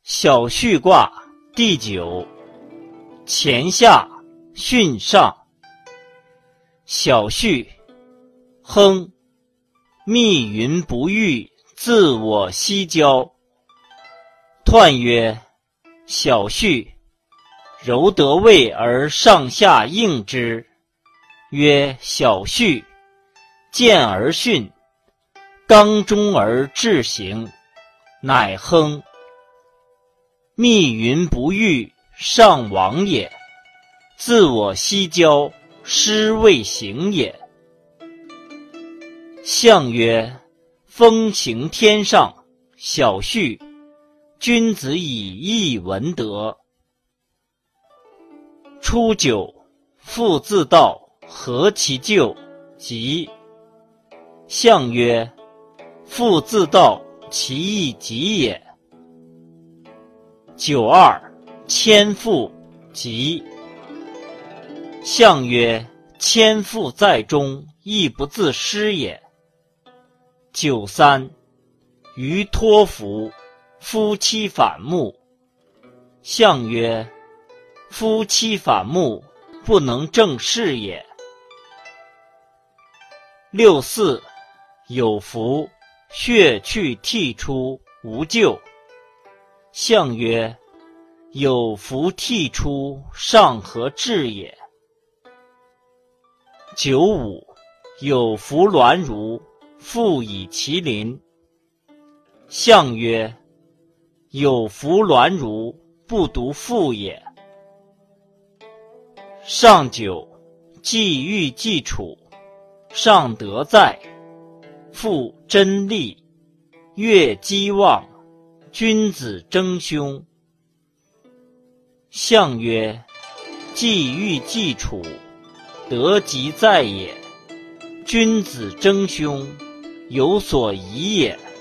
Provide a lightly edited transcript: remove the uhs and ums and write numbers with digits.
小畜卦第九，乾下巽上。小畜，亨，密云不遇，自我西郊。彖曰：小畜，柔得位而上下应之，曰小畜，见而巽，刚中而志行，乃亨。密云不遇，上往也，自我西郊，师未行也。象曰：风行天上，小畜，君子以义闻德。初九，父自道，何其咎，吉。象曰：父自道，其义吉也。九二，谦父，吉。象曰：谦父在中，义不自失也。九三，于托福，夫妻反目。象曰：夫妻反目，不能正事也。六四，有福，血去涕出，无咎。象曰：有福涕出，上合志也。九五，有福鸾如，复以其邻。象曰：有福鸾如，不独复也。上九，既欲既处，上德在，复真利，月积旺，君子争凶。象曰：既欲既处，德即在也，君子争凶，有所疑也。